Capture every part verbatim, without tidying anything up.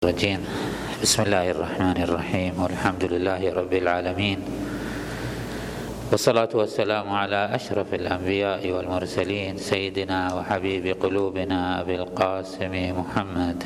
الرجيم. بسم الله الرحمن الرحيم، والحمد لله رب العالمين، والصلاة والسلام على أشرف الأنبياء والمرسلين، سيدنا وحبيب قلوبنا أبي القاسم محمد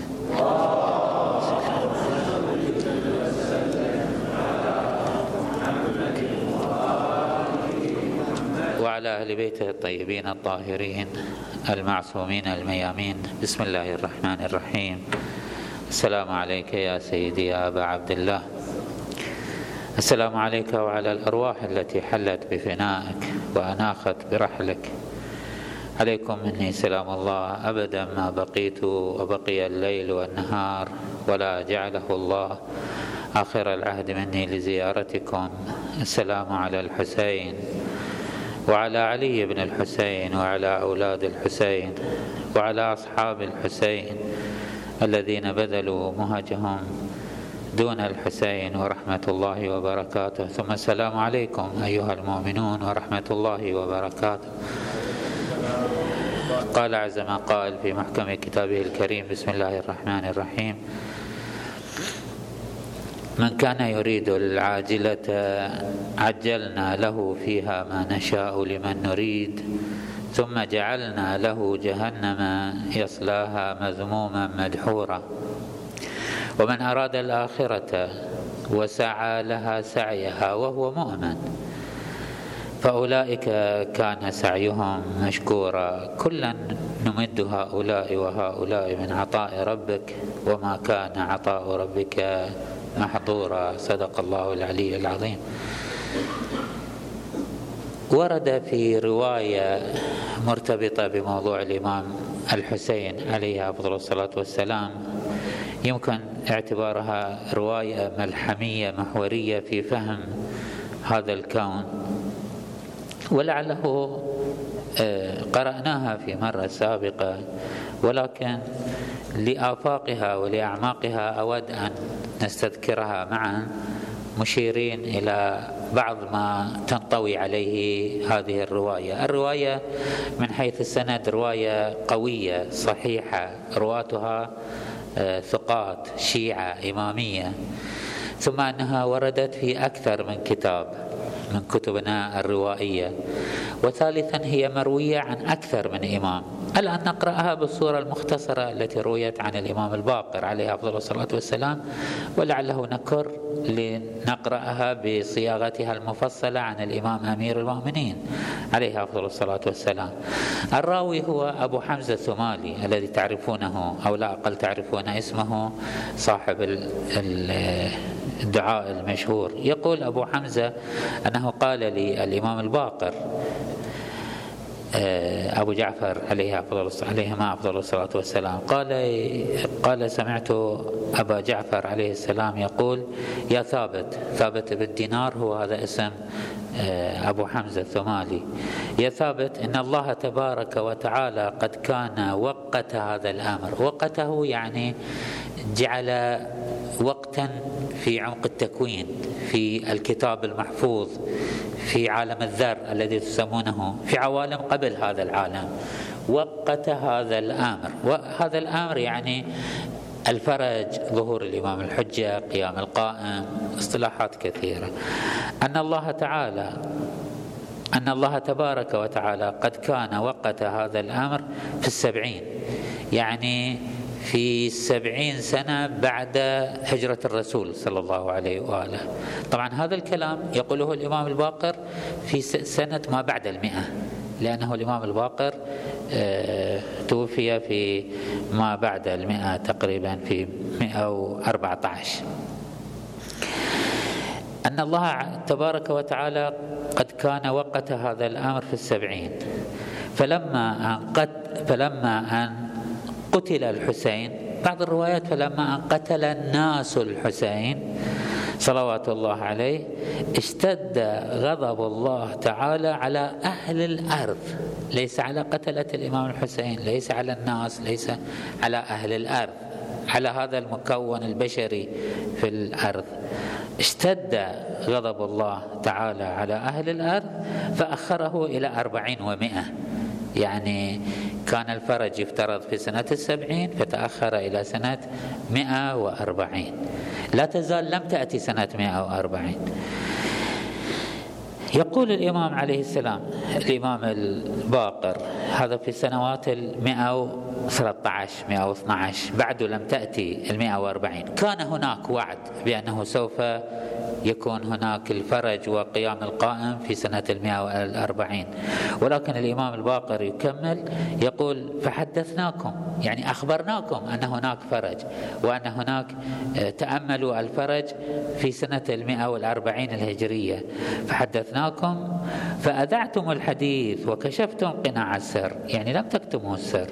وعلى أهل بيته الطيبين الطاهرين المعصومين الميامين. بسم الله الرحمن الرحيم. السلام عليك يا سيدي يا أبا عبد الله، السلام عليك وعلى الأرواح التي حلت بفنائك وأناخت برحلك. عليكم مني سلام الله أبدا ما بقيت وبقي الليل والنهار، ولا جعله الله آخر العهد مني لزيارتكم. السلام على الحسين وعلى علي بن الحسين وعلى أولاد الحسين وعلى أصحاب الحسين الذين بذلوا مهجهم دون الحسين، ورحمة الله وبركاته. ثم السلام عليكم أيها المؤمنون ورحمة الله وبركاته. قال عز ما قال في محكم كتابه الكريم: بسم الله الرحمن الرحيم. من كان يريد العاجلة عجلنا له فيها ما نشاء لمن نريد، ثم جعلنا له جهنم يصلاها مذموما مدحورا. ومن أراد الآخرة وسعى لها سعيها وهو مؤمن فأولئك كان سعيهم مشكورا. كلا نمد هؤلاء وهؤلاء من عطاء ربك وما كان عطاء ربك محظورا. صدق الله العلي العظيم. ورد في رواية مرتبطة بموضوع الإمام الحسين عليه أفضل الصلاة والسلام، يمكن اعتبارها رواية ملحمية محورية في فهم هذا الكون، ولعله قرأناها في مرة سابقة، ولكن لآفاقها ولأعماقها أود أن نستذكرها معا، مشيرين إلى بعض ما تنطوي عليه هذه الرواية. الرواية من حيث السند رواية قوية صحيحة، رواتها ثقات شيعة إمامية، ثم أنها وردت في أكثر من كتاب من كتبنا الروائية، وثالثا هي مروية عن أكثر من إمام. الآن نقرأها بالصورة المختصرة التي رويت عن الإمام الباقر عليه أفضل الصلاة والسلام، ولعله نكر لنقرأها بصياغتها المفصلة عن الإمام أمير المؤمنين عليه أفضل الصلاة والسلام. الراوي هو أبو حمزة الثمالي الذي تعرفونه أو لا أقل تعرفون اسمه، صاحب الدعاء المشهور. يقول أبو حمزة أنه قال لي الإمام الباقر أبو جعفر عليه أفضل عليهما أفضل الصلاة والسلام، قال قال سمعت أبا جعفر عليه السلام يقول: يا ثابت، ثابت بن دينار هو هذا اسم أبو حمزة الثمالي، يا ثابت إن الله تبارك وتعالى قد كان وقت هذا الأمر. وقته يعني جعل وقتا في عمق التكوين، في الكتاب المحفوظ، في عالم الذر الذي تسمونه، في عوالم قبل هذا العالم. وقت هذا الأمر، وهذا الأمر يعني الفرج، ظهور الإمام الحجة، قيام القائم، اصطلاحات كثيرة. أن الله تعالى أن الله تبارك وتعالى قد كان وقت هذا الأمر في السبعين، يعني في سبعين سنة بعد هجرة الرسول صلى الله عليه وآله. طبعا هذا الكلام يقوله الإمام الباقر في سنة ما بعد المئة، لأنه الإمام الباقر توفي في ما بعد المئة تقريبا في مئة وأربعة عشر. أن الله تبارك وتعالى قد كان وقت هذا الأمر في السبعين، فلما أن قد فلما أن قتل الحسين، بعض الروايات فلما أن قتل الناس الحسين صلوات الله عليه، اشتد غضب الله تعالى على أهل الأرض، ليس على قتلة الإمام الحسين، ليس على الناس، ليس على أهل الأرض، على هذا المكون البشري في الأرض. اشتد غضب الله تعالى على أهل الأرض فأخره إلى أربعين ومئة، يعني كان الفرج يفترض في سنة السبعين فتأخر إلى سنة مئة وأربعين، لا تزال لم تأتي سنة مئة وأربعين. يقول الإمام عليه السلام، الإمام الباقر، هذا في سنوات المئة وثلاثة عشر مئة واثنى عشر، بعد لم تأتي المئة وأربعين. كان هناك وعد بأنه سوف يكون هناك الفرج وقيام القائم في سنة المئة والأربعين، ولكن الإمام الباقر يكمل يقول فحدثناكم، يعني أخبرناكم أن هناك فرج، وأن هناك تأملوا الفرج في سنة المئة والأربعين الهجرية، فحدثناكم فأذعتم الحديث وكشفتم قناع السر، يعني لم تكتموا السر.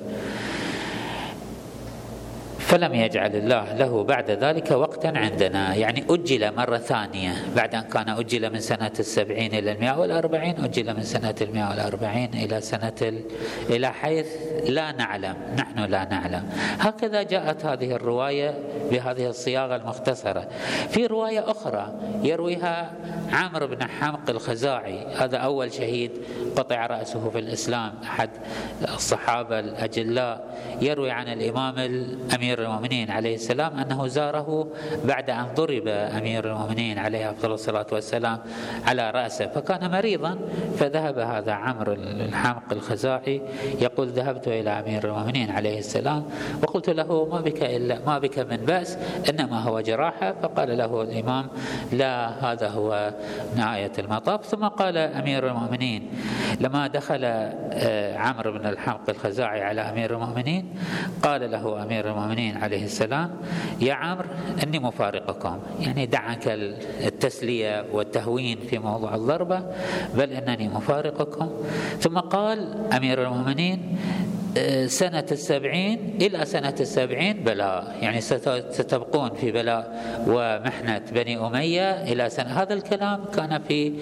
فلم يجعل الله له بعد ذلك وقتا عندنا، يعني أجل مرة ثانية بعد أن كان أجل من سنة السبعين إلى المئة والأربعين، أجل من سنة المئة والأربعين إلى سنة ال... إلى حيث لا نعلم، نحن لا نعلم. هكذا جاءت هذه الرواية بهذه الصياغة المختصرة. في رواية أخرى يرويها عامر بن حمق الخزاعي، هذا أول شهيد قطع رأسه في الإسلام، أحد الصحابة الأجلاء، يروي عن الإمام الأمير المؤمنين عليه السلام أنه زاره بعد أن ضرب أمير المؤمنين عليه أفضل الصلاة والسلام على رأسه، فكان مريضا، فذهب هذا عمرو الحمق الخزاعي يقول ذهبت إلى أمير المؤمنين عليه السلام وقلت له ما بك إلا ما بك من بأس، إنما هو جراحة. فقال له الإمام لا، هذا هو نهاية المطاف. ثم قال أمير المؤمنين لما دخل عمرو بن الحمق الخزاعي على أمير المؤمنين، قال له أمير المؤمنين عليه السلام يا عمرو إني مفارقكم، يعني دعك التسلية والتهوين في موضوع الضربة، بل إنني مفارقكم. ثم قال أمير المؤمنين سنة السبعين إلى سنة السبعين بلاء، يعني ستبقون في بلاء ومحنة بني أمية إلى سنة. هذا الكلام كان في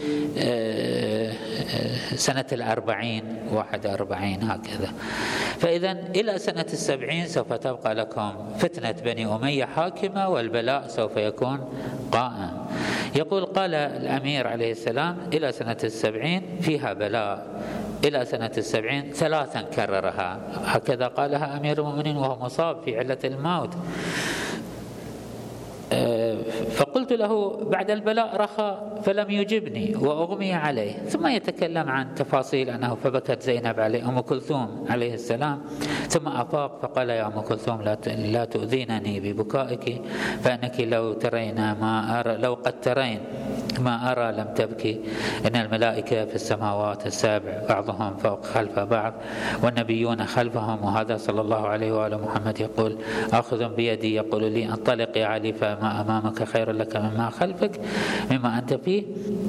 سنة الأربعين واحد أربعين هكذا. فإذا إلى سنة السبعين سوف تبقى لكم فتنة بني أمية حاكمة والبلاء سوف يكون قائم. يقول قال الأمير عليه السلام إلى سنة السبعين فيها بلاء، إلى سنة السبعين ثلاثا كررها، هكذا قالها أمير المؤمنين وهو مصاب في علة الموت. فقلت له بعد البلاء رخى فلم يجبني وأغمي عليه. ثم يتكلم عن تفاصيل أنه فبكت زينب عليه أم كلثوم عليه السلام، ثم أفاق فقال يا أم كلثوم لا تؤذينني ببكائك، فإنك لو ترين ما أرى لو قد ترين ما أرى لم تبكي، إن الملائكة في السماوات السابع بعضهم فوق خلف بعض والنبيون خلفهم، وهذا صلى الله عليه وآله محمد يقول آخذ بيدي يقول لي انطلق يا علي فما أمامك خير لك مما خلفك مما أنت فيه.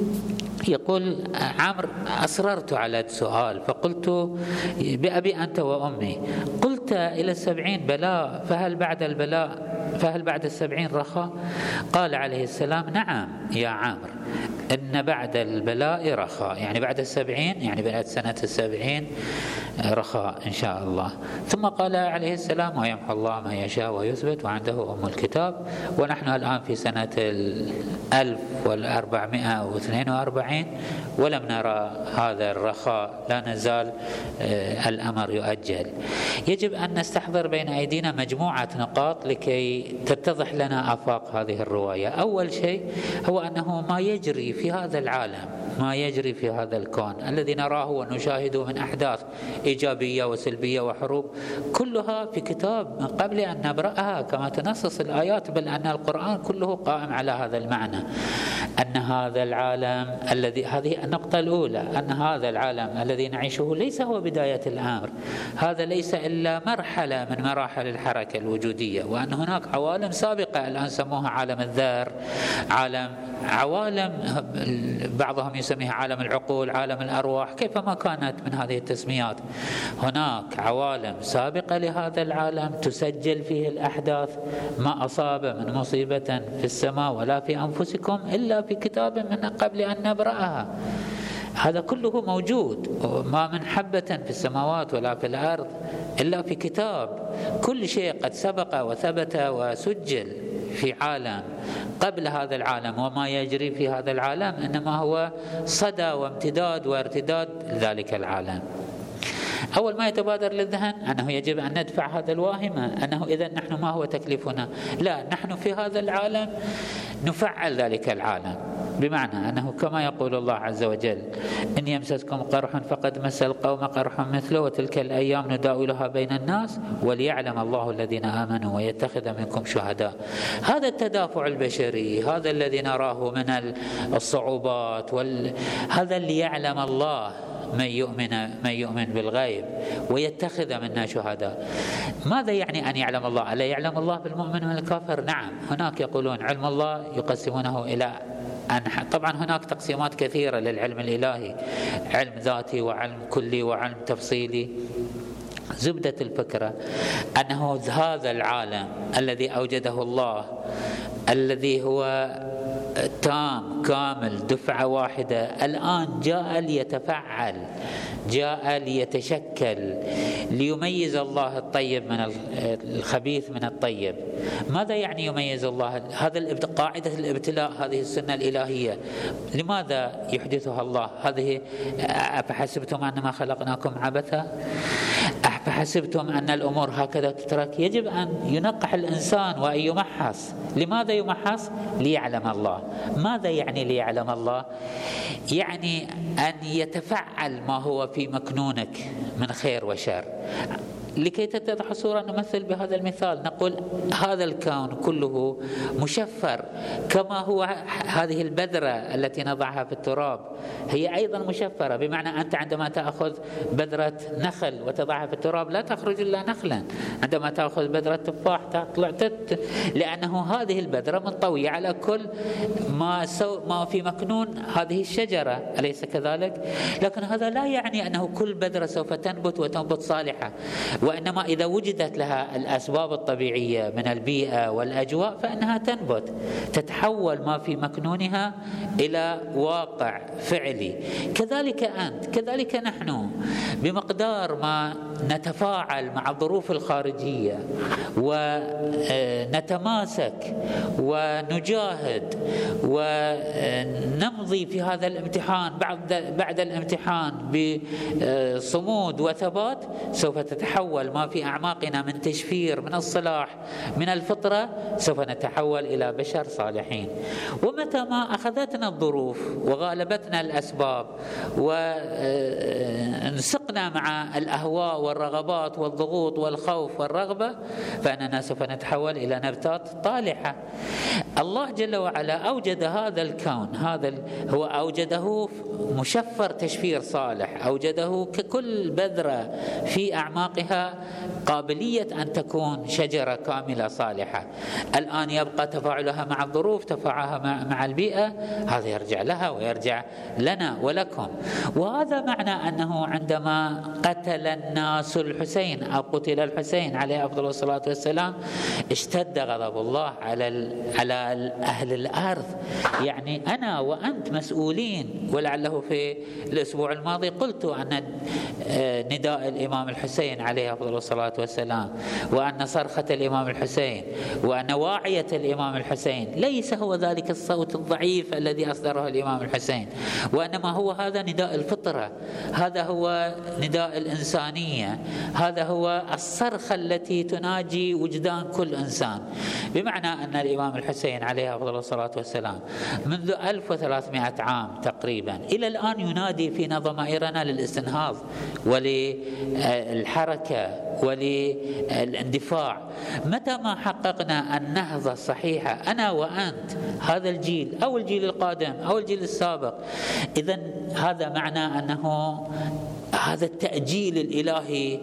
يقول عمرو أصررت على السؤال فقلت بأبي أنت وأمي، قلت إلى السبعين بلاء فهل بعد البلاء فهل بعد السبعين رخاء؟ قال عليه السلام نعم يا عامر، إن بعد البلاء رخاء، يعني بعد السبعين، يعني بعد سنة السبعين رخاء إن شاء الله. ثم قال عليه السلام ويمحو الله ما يشاء ويثبت وعنده أم الكتاب، ونحن الآن في سنة الألف والأربعمائة واثنين وأربعين ولم نرى هذا الرخاء، لا نزال الأمر يؤجل. يجب أن نستحضر بين أيدينا مجموعة نقاط لكي تتضح لنا آفاق هذه الرواية. أول شيء هو أنه ما يجري في هذا العالم، ما يجري في هذا الكون الذي نراه ونشاهده من أحداث إيجابية وسلبية وحروب، كلها في كتاب من قبل أن نبرأها كما تنصص الآيات، بل أن القرآن كله قائم على هذا المعنى، أن هذا العالم الذي هذه النقطة الأولى، أن هذا العالم الذي نعيشه ليس هو بداية الأمر، هذا ليس إلا مرحلة من مراحل الحركة الوجودية، وأن هناك عوالم سابقة الآن سموها عالم الذر، عالم عوالم بعضهم يسميها عالم العقول، عالم الأرواح، كيفما كانت من هذه التسميات. هناك عوالم سابقة لهذا العالم تسجل فيه الأحداث، ما أصاب من مصيبة في السماء ولا في أنفسكم إلا في كتاب من قبل أن نبرأها. هذا كله موجود، ما من حبة في السماوات ولا في الأرض إلا في كتاب، كل شيء قد سبق وثبت وسجل في عالم قبل هذا العالم، وما يجري في هذا العالم إنما هو صدى وامتداد وارتداد ذلك العالم. أول ما يتبادر للذهن أنه يجب أن ندفع هذا الواهمة، أنه إذا نحن ما هو تكليفنا؟ لا، نحن في هذا العالم نفعل ذلك العالم، بمعنى أنه كما يقول الله عز وجل: إن يمسسكم قرح فقد مس القوم قرح مثله وتلك الأيام نداولها بين الناس وليعلم الله الذين آمنوا ويتخذ منكم شهداء. هذا التدافع البشري، هذا الذي نراه من الصعوبات وال... هذا اللي يعلم الله من يؤمن من يؤمن بالغيب ويتخذ منا شهداء. ماذا يعني أن يعلم الله؟ ألا يعلم الله بالمؤمن من الكافر؟ نعم، هناك يقولون علم الله يقسمونه إلى أنحاء. طبعا هناك تقسيمات كثيرة للعلم الإلهي، علم ذاتي وعلم كلي وعلم تفصيلي. زبدة الفكرة أنه هذا العالم الذي أوجده الله، الذي هو تام كامل دفعة واحدة، الآن جاء ليتفعل، جاء ليتشكل، ليميز الله الطيب من الخبيث من الطيب. ماذا يعني يميز الله؟ هذا قاعدة الابتلاء، هذه السنة الإلهية. لماذا يحدثها الله؟ هذه أفحسبتم أنما خلقناكم عبثا؟ أفحسبتم أن الأمور هكذا تترك؟ يجب أن ينقح الإنسان وأن يمحص. لماذا يمحص؟ ليعلم الله. ماذا يعني ليعلم الله؟ يعني أن يتفعل ما هو في مكنونك من خير وشر. لكي تتضح الصورة نمثل بهذا المثال، نقول هذا الكون كله مشفر، كما هو هذه البذرة التي نضعها في التراب هي أيضا مشفرة، بمعنى أنت عندما تأخذ بذرة نخل وتضعها في التراب لا تخرج إلا نخلا، عندما تأخذ بذرة تفاح تطلع تت، لأنه هذه البذرة منطوية على كل ما, سو ما في مكنون هذه الشجرة، أليس كذلك؟ لكن هذا لا يعني أنه كل بذرة سوف تنبت وتنبت صالحة، وإنما إذا وجدت لها الأسباب الطبيعية من البيئة والأجواء فإنها تنبت، تتحول ما في مكنونها إلى واقع فعلي. كذلك أنت، كذلك نحن، بمقدار ما نتفاعل مع الظروف الخارجية ونتماسك ونجاهد ونمضي في هذا الامتحان بعد بعد الامتحان بصمود وثبات، سوف تتحول ما في أعماقنا من تشفير، من الصلاح، من الفطرة، سوف نتحول إلى بشر صالحين. ومتى ما أخذتنا الظروف وغالبتنا الأسباب ونسقنا مع الأهواء والرغبات والضغوط والخوف والرغبة، فإننا سوف نتحول إلى نبتات طالحة. الله جل وعلا أوجد هذا الكون، هذا هو أوجده مشفر تشفير صالح، أوجده ككل بذرة في أعماقها قابلية أن تكون شجرة كاملة صالحة. الآن يبقى تفاعلها مع الظروف، تفاعلها مع البيئة، هذا يرجع لها ويرجع لنا ولكم. وهذا معنى أنه عندما قتل الناس الحسين أو قتل الحسين عليه أفضل الصلاة والسلام، اشتد غضب الله على على أهل الأرض. يعني أنا وأنت مسؤولين. ولعله في الأسبوع الماضي قلت أن نداء الإمام الحسين عليه أفضل الصلاة والسلام، وأن صرخة الإمام الحسين، وأن واعية الإمام الحسين ليس هو ذلك الصوت الضعيف الذي أصدره الإمام الحسين، وإنما هو هذا نداء الفطرة، هذا هو نداء الإنسانية، هذا هو الصرخة التي تناجي وجدان كل إنسان. بمعنى أن الإمام الحسين عليه أفضل الصلاة والسلام منذ ألف وثلاثمائة عام تقريبا إلى الآن ينادي فينا ضمائرنا للاستنهاض وللحركة وللاندفاع. متى ما حققنا النهضة الصحيحة أنا وأنت، هذا الجيل أو الجيل القادم أو الجيل السابق، إذن هذا معنى أنه هذا التأجيل الإلهي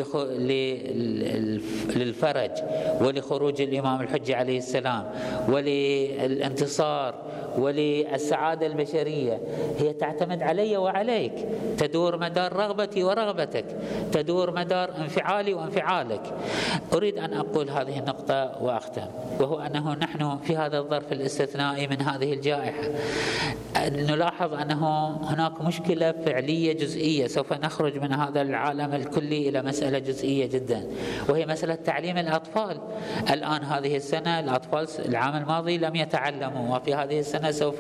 للفرج ولخروج الإمام الحجة عليه السلام وللانتصار وللسعادة البشرية هي تعتمد علي وعليك، تدور مدار رغبتي ورغبتك، تدور مدار انفعالي وانفعالك. أريد أن أقول هذه النقطة وأختم، وهو أنه نحن في هذا الظرف الاستثنائي من هذه الجائحة نلاحظ أنه هناك مشكلة فعلية جزئية، سوف نخرج من هذا العالم الكلي إلى مسألة جزئية جدا، وهي مسألة تعليم الأطفال. الآن هذه السنة الأطفال العام الماضي لم يتعلموا، وفي هذه السنة سوف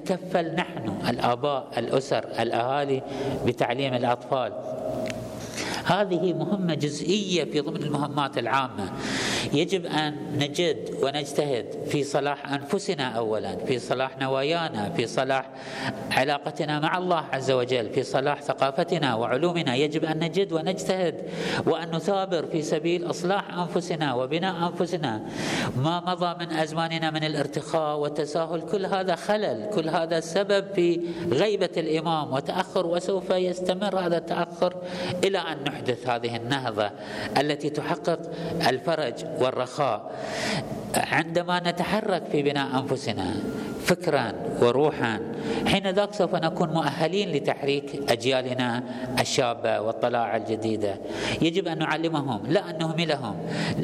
نتكفل نحن الآباء، الأسر، الأهالي بتعليم الأطفال. هذه مهمة جزئية في ضمن المهمات العامة. يجب أن نجد ونجتهد في صلاح أنفسنا أولا، في صلاح نوايانا، في صلاح علاقتنا مع الله عز وجل، في صلاح ثقافتنا وعلومنا. يجب أن نجد ونجتهد وأن نثابر في سبيل إصلاح أنفسنا وبناء أنفسنا. ما مضى من أزماننا من الارتخاء والتساهل كل هذا خلل، كل هذا سبب في غيبة الإمام وتأخر، وسوف يستمر هذا التأخر إلى أن نحدث هذه النهضة التي تحقق الفرج والرخاء. عندما نتحرك في بناء أنفسنا فكرا وروحا، حين ذاك سوف نكون مؤهلين لتحريك أجيالنا الشابة والطلاعة الجديدة. يجب أن نعلمهم لا أن نهملهم.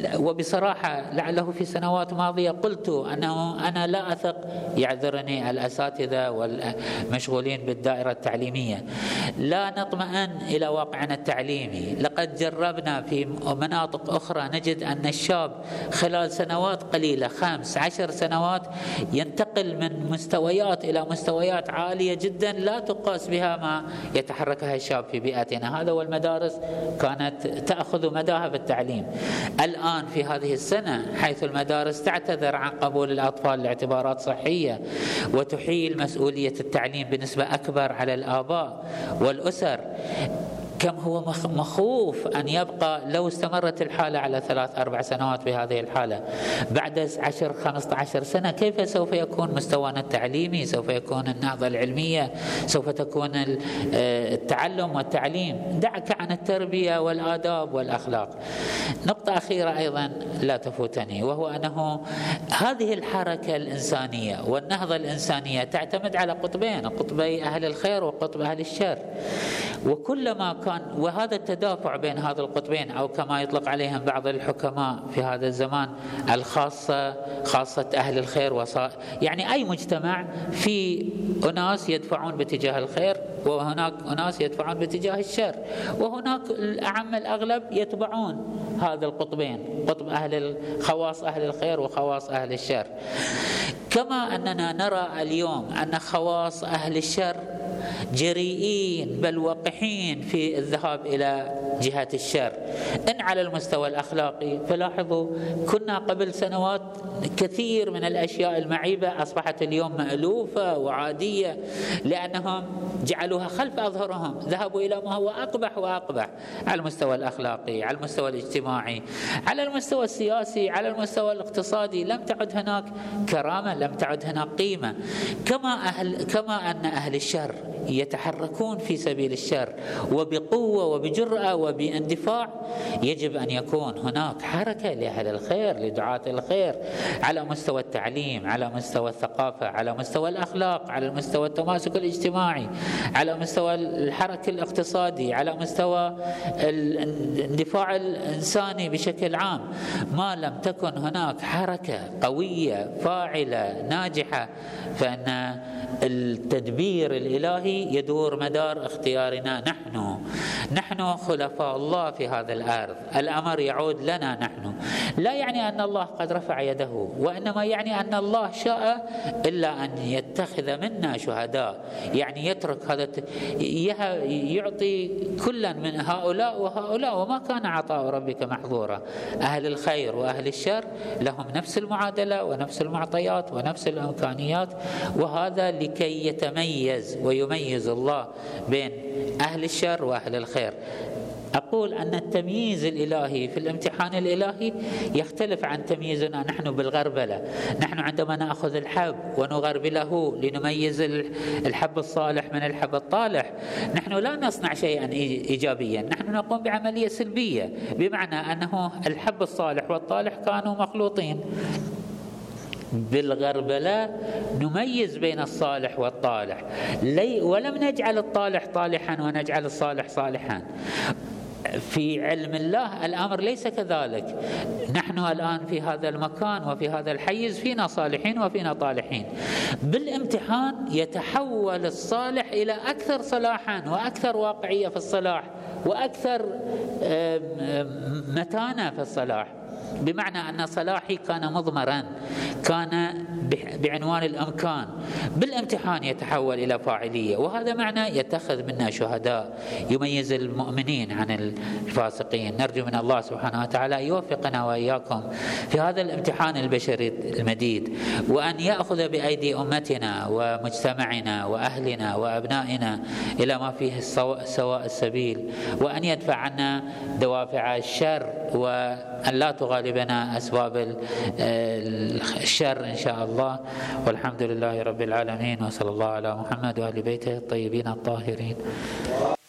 وبصراحة لعله في سنوات ماضية قلت أنه أنا لا أثق، يعذرني الأساتذة والمشغولين بالدائرة التعليمية، لا نطمئن إلى واقعنا التعليمي. لقد جربنا في مناطق أخرى نجد أن الشاب خلال سنوات قليلة، خمس عشر سنوات، ينتقل من مستويات إلى مستويات عالية جدا لا تقاس بها ما يتحركها الشاب في بيئتنا. هذا والمدارس كانت تأخذ مداها في التعليم. الآن في هذه السنة حيث المدارس تعتذر عن قبول الأطفال لاعتبارات صحية وتحيل مسؤولية التعليم بنسبة أكبر على الآباء والأسر، كم هو مخوف أن يبقى لو استمرت الحالة على ثلاث أربع سنوات بهذه الحالة، بعد عشر خمسة عشر سنة كيف سوف يكون مستوانا التعليمي؟ سوف يكون النهضة العلمية؟ سوف تكون التعلم والتعليم؟ دعك عن التربية والآداب والأخلاق. نقطة أخيرة أيضا لا تفوتني، وهو أنه هذه الحركة الإنسانية والنهضة الإنسانية تعتمد على قطبين، قطبي أهل الخير وقطب أهل الشر. وكلما كان وهذا التدافع بين هذا القطبين، أو كما يطلق عليهم بعض الحكماء في هذا الزمان الخاصة، خاصة أهل الخير وصا... يعني أي مجتمع في أناس يدفعون باتجاه الخير وهناك أناس يدفعون باتجاه الشر، وهناك الأعم الأغلب يتبعون هذا القطبين، قطب أهل خواص أهل الخير وخواص أهل الشر. كما أننا نرى اليوم أن خواص أهل الشر جريئين بل وقحين في الذهاب إلى جهة الشر. إن على المستوى الأخلاقي فلاحظوا كنا قبل سنوات كثير من الأشياء المعيبة أصبحت اليوم مألوفة وعادية، لأنهم جعلوها خلف أظهرهم، ذهبوا إلى ما هو أقبح وأقبح على المستوى الأخلاقي، على المستوى الاجتماعي، على المستوى السياسي، على المستوى الاقتصادي. لم تعد هناك كرامة، لم تعد هناك قيمة. كما أهل كما أن أهل الشر يتحركون في سبيل الشر وبقوة وبجرأة وباندفاع، يجب أن يكون هناك حركة لأهل الخير، لدعاة الخير، على مستوى التعليم، على مستوى الثقافة، على مستوى الأخلاق، على مستوى التماسك الاجتماعي، على مستوى الحركة الاقتصادي، على مستوى الاندفاع الإنساني بشكل عام. ما لم تكن هناك حركة قوية فاعلة ناجحة فإن التدبير الإلهي يدور مدار اختيارنا نحن. نحن خلفاء الله في هذا الأرض، الأمر يعود لنا نحن. لا يعني أن الله قد رفع يده، وإنما يعني أن الله شاء إلا أن يتخذ منا شهداء، يعني يترك هذا، يعطي كلا من هؤلاء وهؤلاء، وما كان عطاء ربك محظورا. أهل الخير وأهل الشر لهم نفس المعادلة ونفس المعطيات ونفس الإمكانيات، وهذا لكي يتميز ويميز الله بين أهل الشر وأهل الخير. أقول أن التمييز الإلهي في الامتحان الإلهي يختلف عن تمييزنا نحن بالغربلة. نحن عندما نأخذ الحب ونغربله لنميز الحب الصالح من الحب الطالح، نحن لا نصنع شيئا إيجابيا، نحن نقوم بعملية سلبية، بمعنى أنه الحب الصالح والطالح كانوا مخلوطين. بالغربلة نميز بين الصالح والطالح، ولم نجعل الطالح طالحا ونجعل الصالح صالحا. في علم الله الأمر ليس كذلك. نحن الآن في هذا المكان وفي هذا الحيز فينا صالحين وفينا طالحين. بالامتحان يتحول الصالح إلى أكثر صلاحا وأكثر واقعية في الصلاح وأكثر متانة في الصلاح، بمعنى أن صلاحي كان مضمرا، كان بعنوان الإمكان بالامتحان يتحول إلى فاعلية، وهذا معنى يتخذ منا شهداء يميز المؤمنين عن الفاسقين. نرجو من الله سبحانه وتعالى أن يوفقنا وإياكم في هذا الامتحان البشري المديد، وأن يأخذ بأيدي أمتنا ومجتمعنا وأهلنا وأبنائنا إلى ما فيه سواء السبيل، وأن يدفع عنا دوافع الشر، وأن لا تغالبنا أسباب الشر إن شاء الله. والحمد لله رب العالمين، وصلى الله على محمد وآل بيته الطيبين الطاهرين.